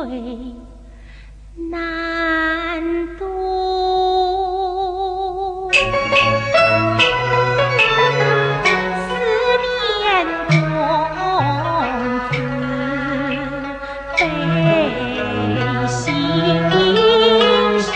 水难渡，思念公子背心上。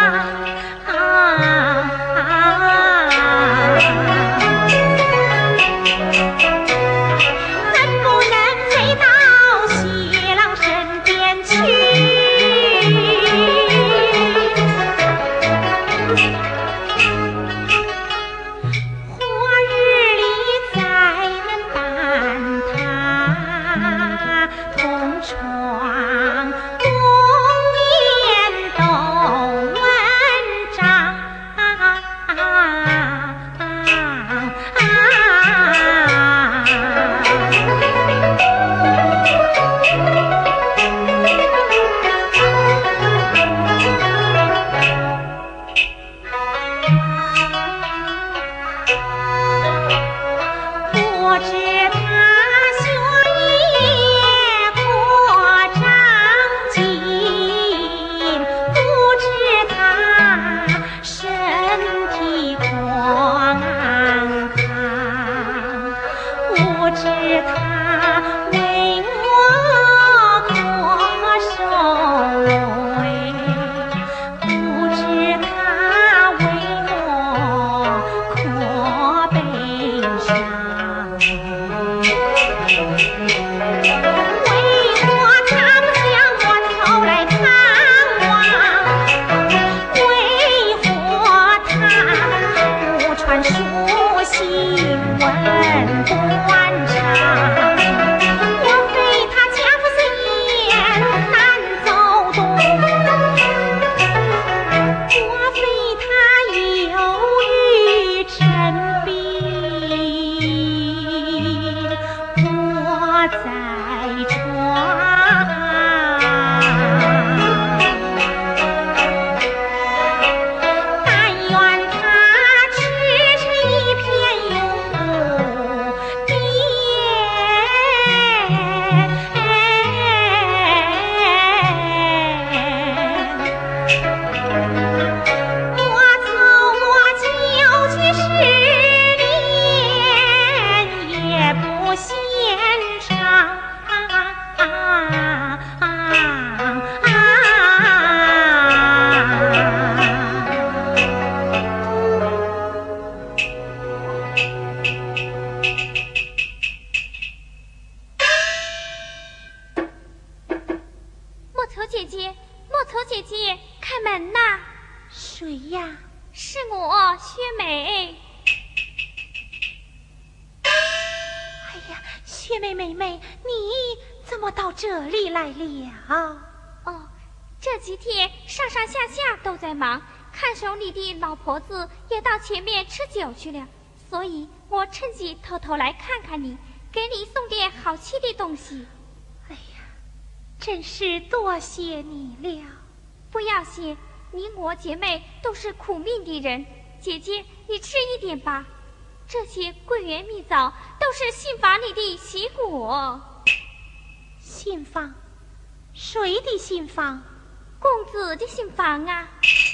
老婆子也到前面吃酒去了，所以我趁机偷偷来看看你，给你送点好吃的东西。 哎呀，真是多谢你了。 不要谢，你我姐妹都是苦命的人。姐姐，你吃一点吧。这些桂圆蜜枣都是信房里的喜果。 信房？谁的信房？ 公子的信房啊。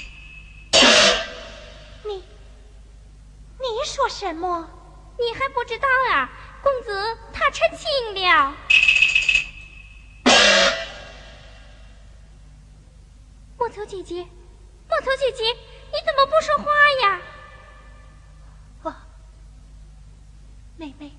你说什么？ 你还不知道啊？公子他成亲了。莫愁姐姐，莫愁姐姐，你怎么不说话呀？ 妹妹，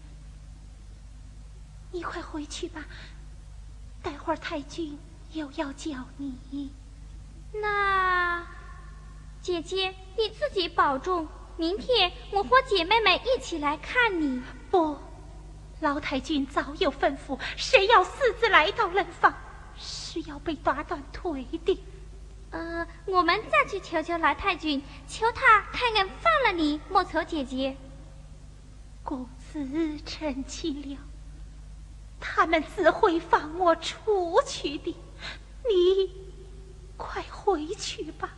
你快回去吧，待会儿太君又要叫你。 那姐姐你自己保重，明天我和姐妹们一起来看你。 不，老太君早有吩咐，谁要私自来到冷房，是要被打断腿的。 我们再去求求老太君，求他开恩放了你，莫愁姐姐。 公子成亲了，他们自会放我出去的。你快回去吧。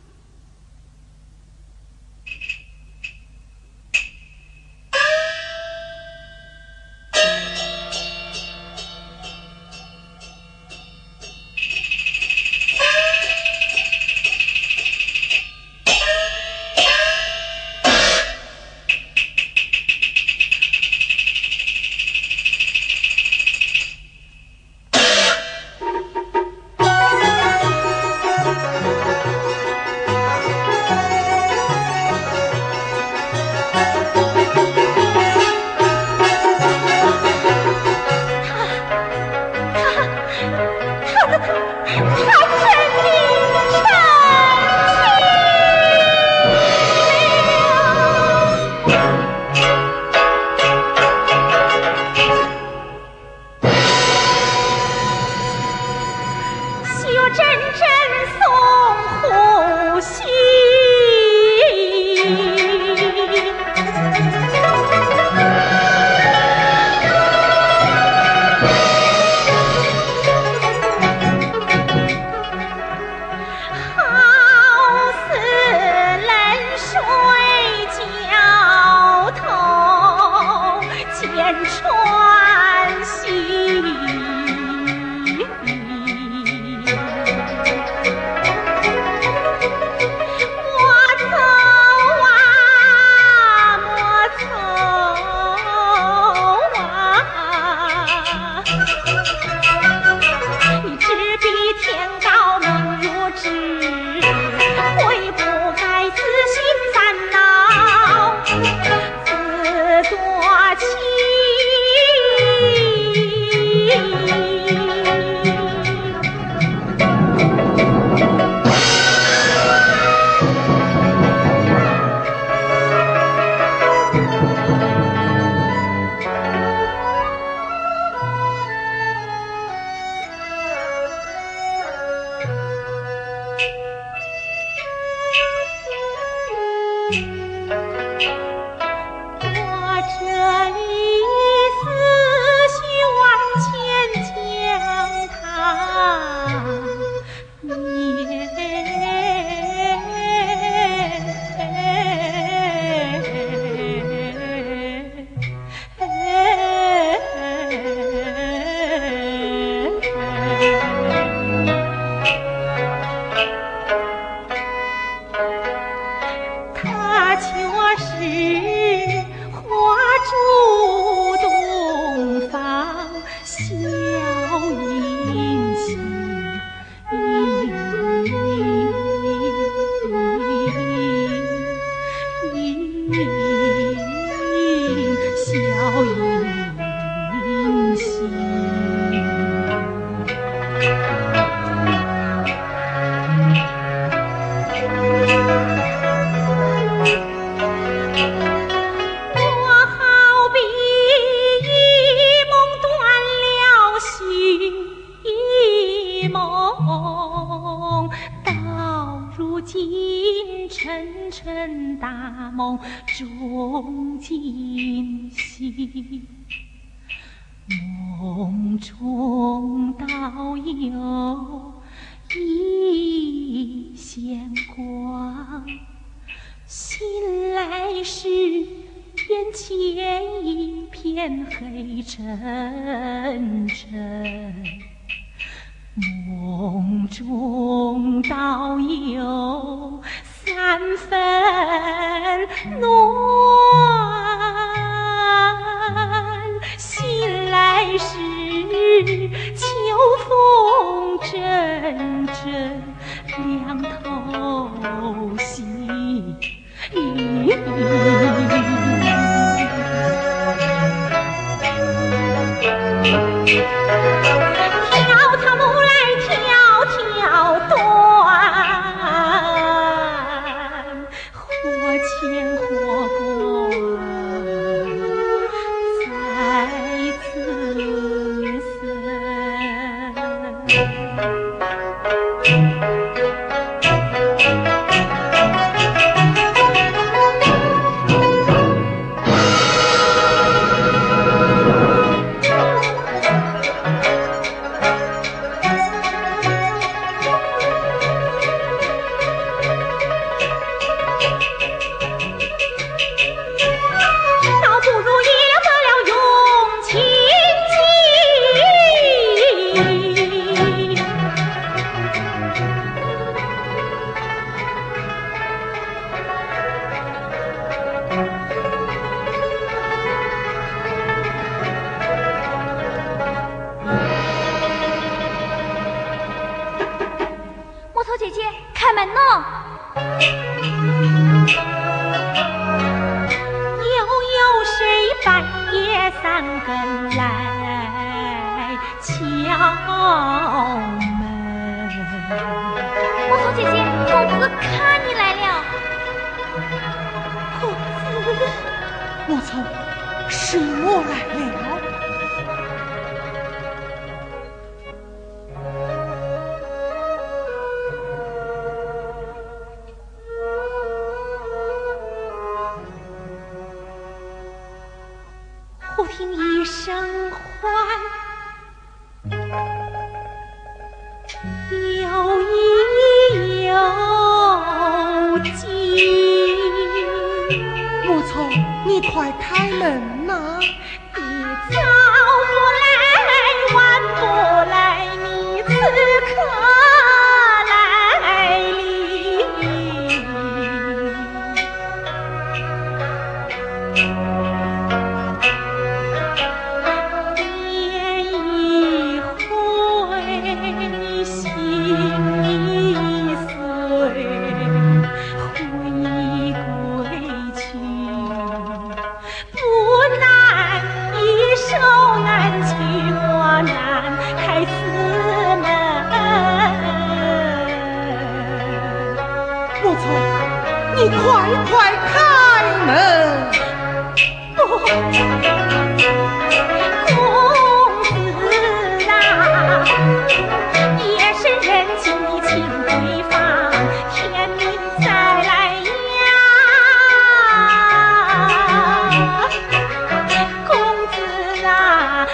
中惊醒，梦中倒有一线光，醒来时眼前一片黑沉沉，梦中倒有三分暖，醒来时秋风阵阵，两头细雨。跳跳木来跳跳断，或牵或挂在此生。三更来敲门， 有意有情。 木从，你快开门呐！ 你早不来，晚不来，你此刻来临。年一回，心一碎，回归去。不难，一手难取，我难开此门。 木从，你快开门！ 不，公子啊，夜深人静的请回房，天明再来呀。公子啊，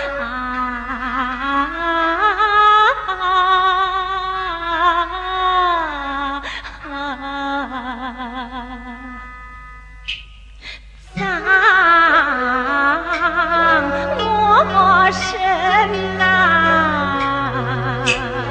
葬我身呐！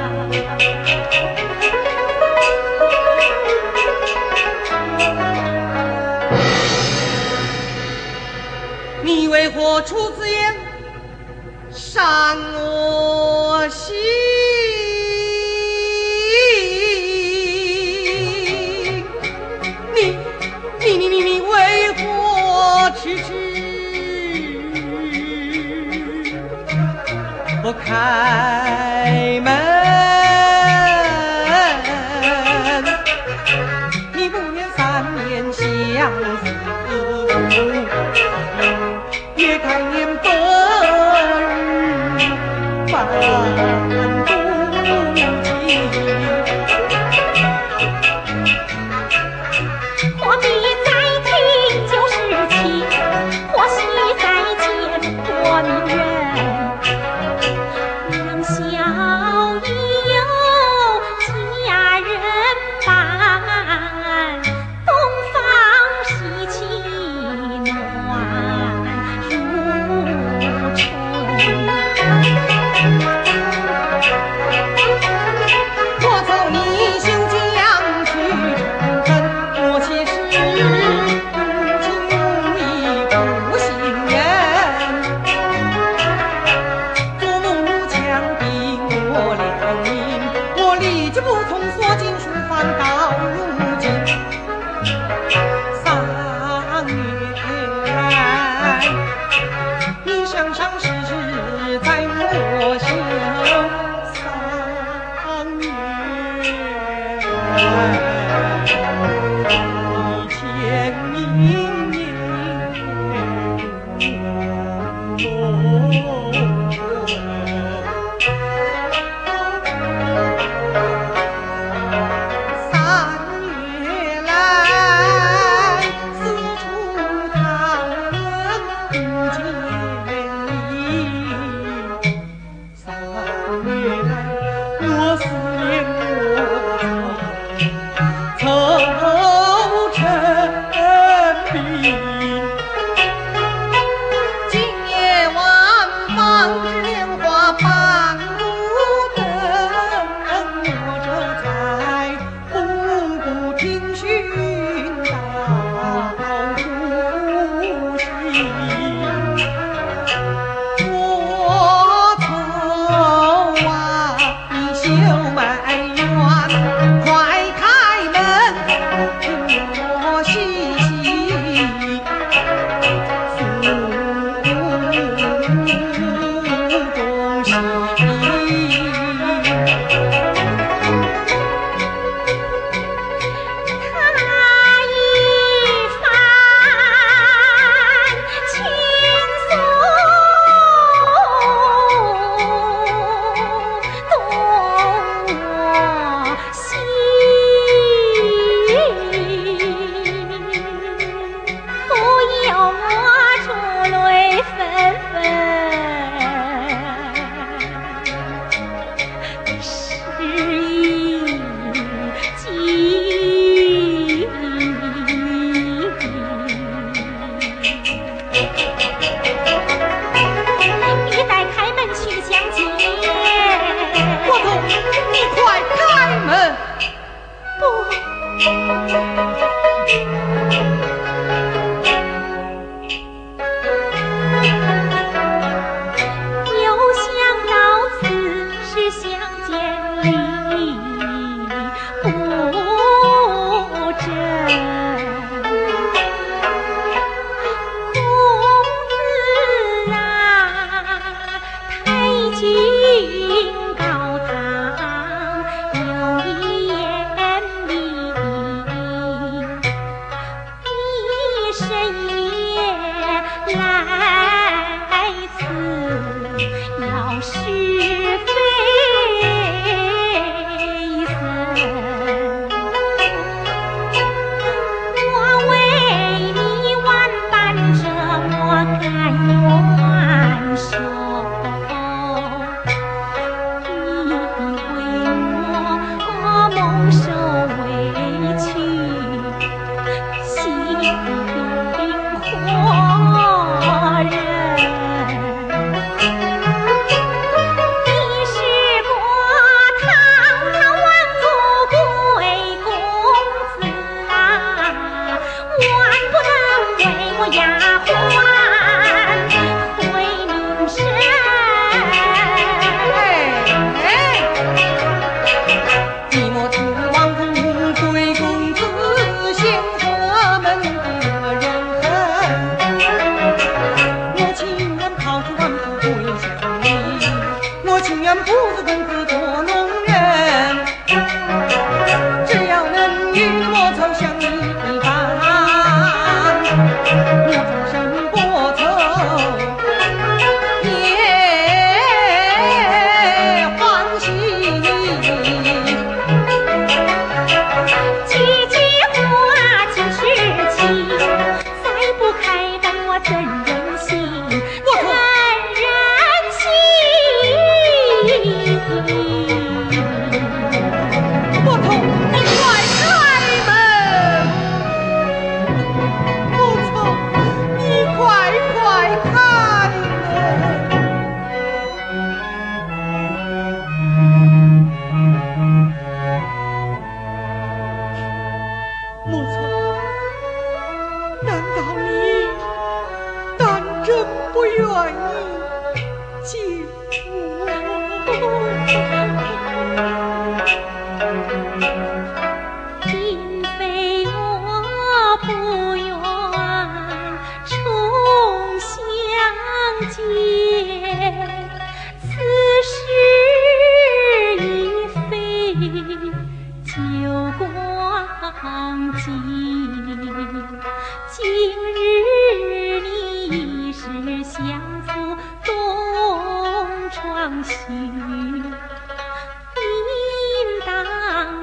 你为何出此言，伤我心？你为何迟不开门？你不愿3年相思，也该念本反不及。 或必再听旧事情，或须再见多名人。两小已有佳人伴，东方喜气暖如春。 我走你休将去成婚，我且是情意不信人。祖母强逼我联姻，我立即不从，锁进书房到如今3月。你生生世世在我心3月，一千明年。3月。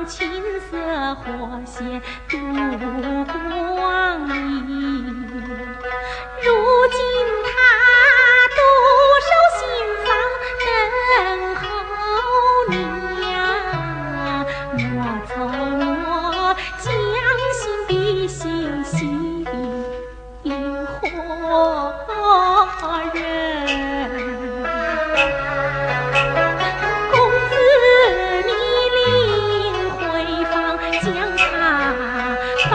琴瑟和谐度光阴。如今他独守新房等候你呀，莫愁我将心比心，心比活人。公子你领回房将他放，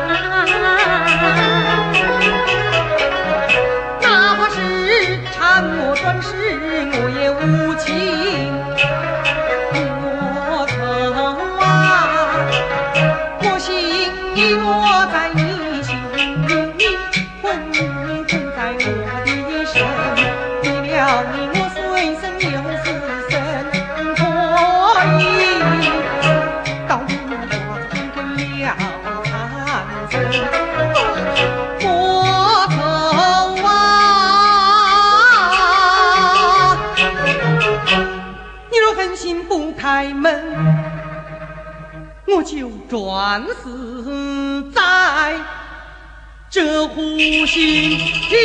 哪怕是缠我转世，我也无情多愁啊！我心已落在你心里，魂已困在我的身，为了你我虽生又死生，所以到如我终归了残生。莫愁啊！你若狠心不开门，我就转死在这湖心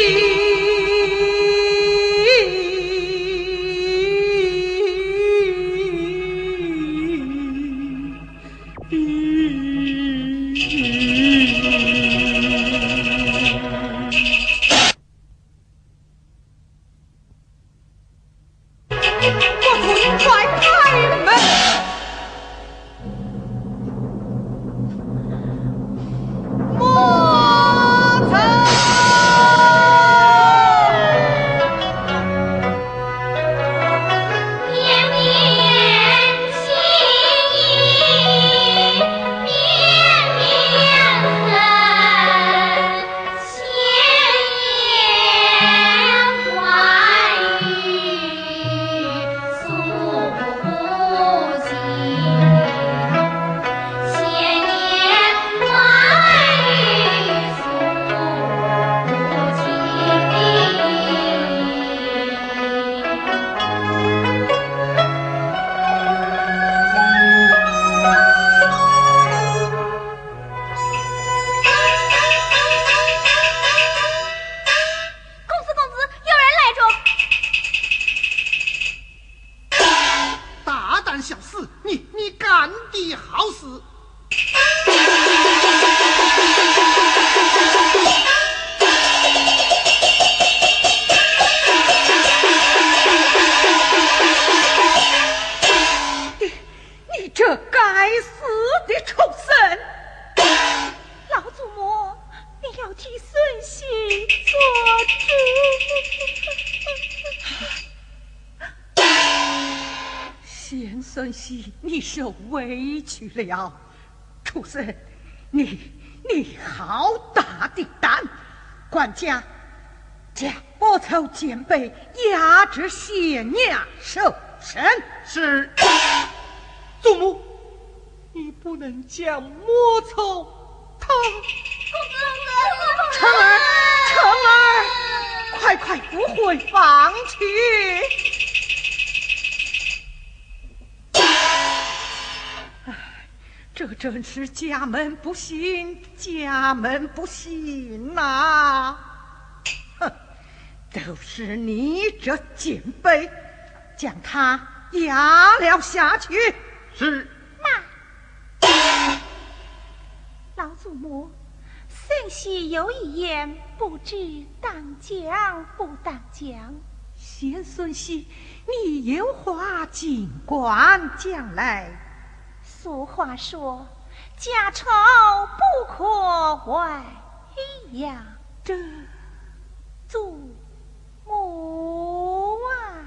孙熙，你受委屈了。畜生，你好大的胆！管家，将拨头肩背押至县衙受审。 是。祖母，你不能将莫愁他。 成儿，快扶回房去。这真是家门不幸，家门不幸呐！哼，都是你这贱婢，将他押了下去。 是。 老祖母，孙熙有一言，不知当讲不当讲。 贤孙熙，你有话尽管讲来。 俗话说，家丑不可外扬。 这祖母啊！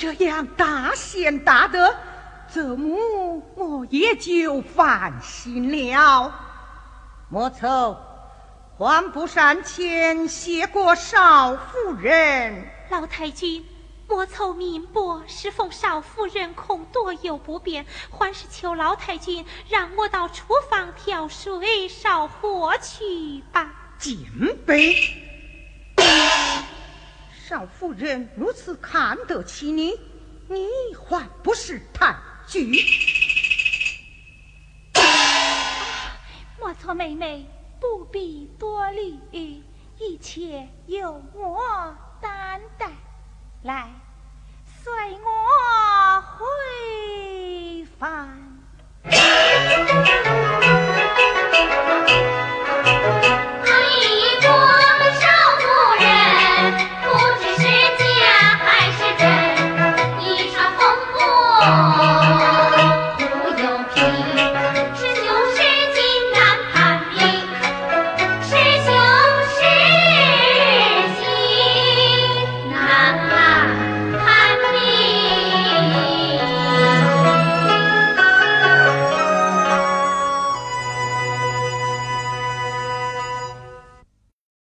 这样大贤大德，祖母我也就放心了。莫愁，还不上前谢过少夫人。 老太君，莫愁明白，侍奉少夫人恐多有不便，还是求老太君让我到厨房挑水烧火去吧。 见卑，少夫人如此看得起你，你还不是太君？ 莫愁妹妹不必多虑，一切由我担待。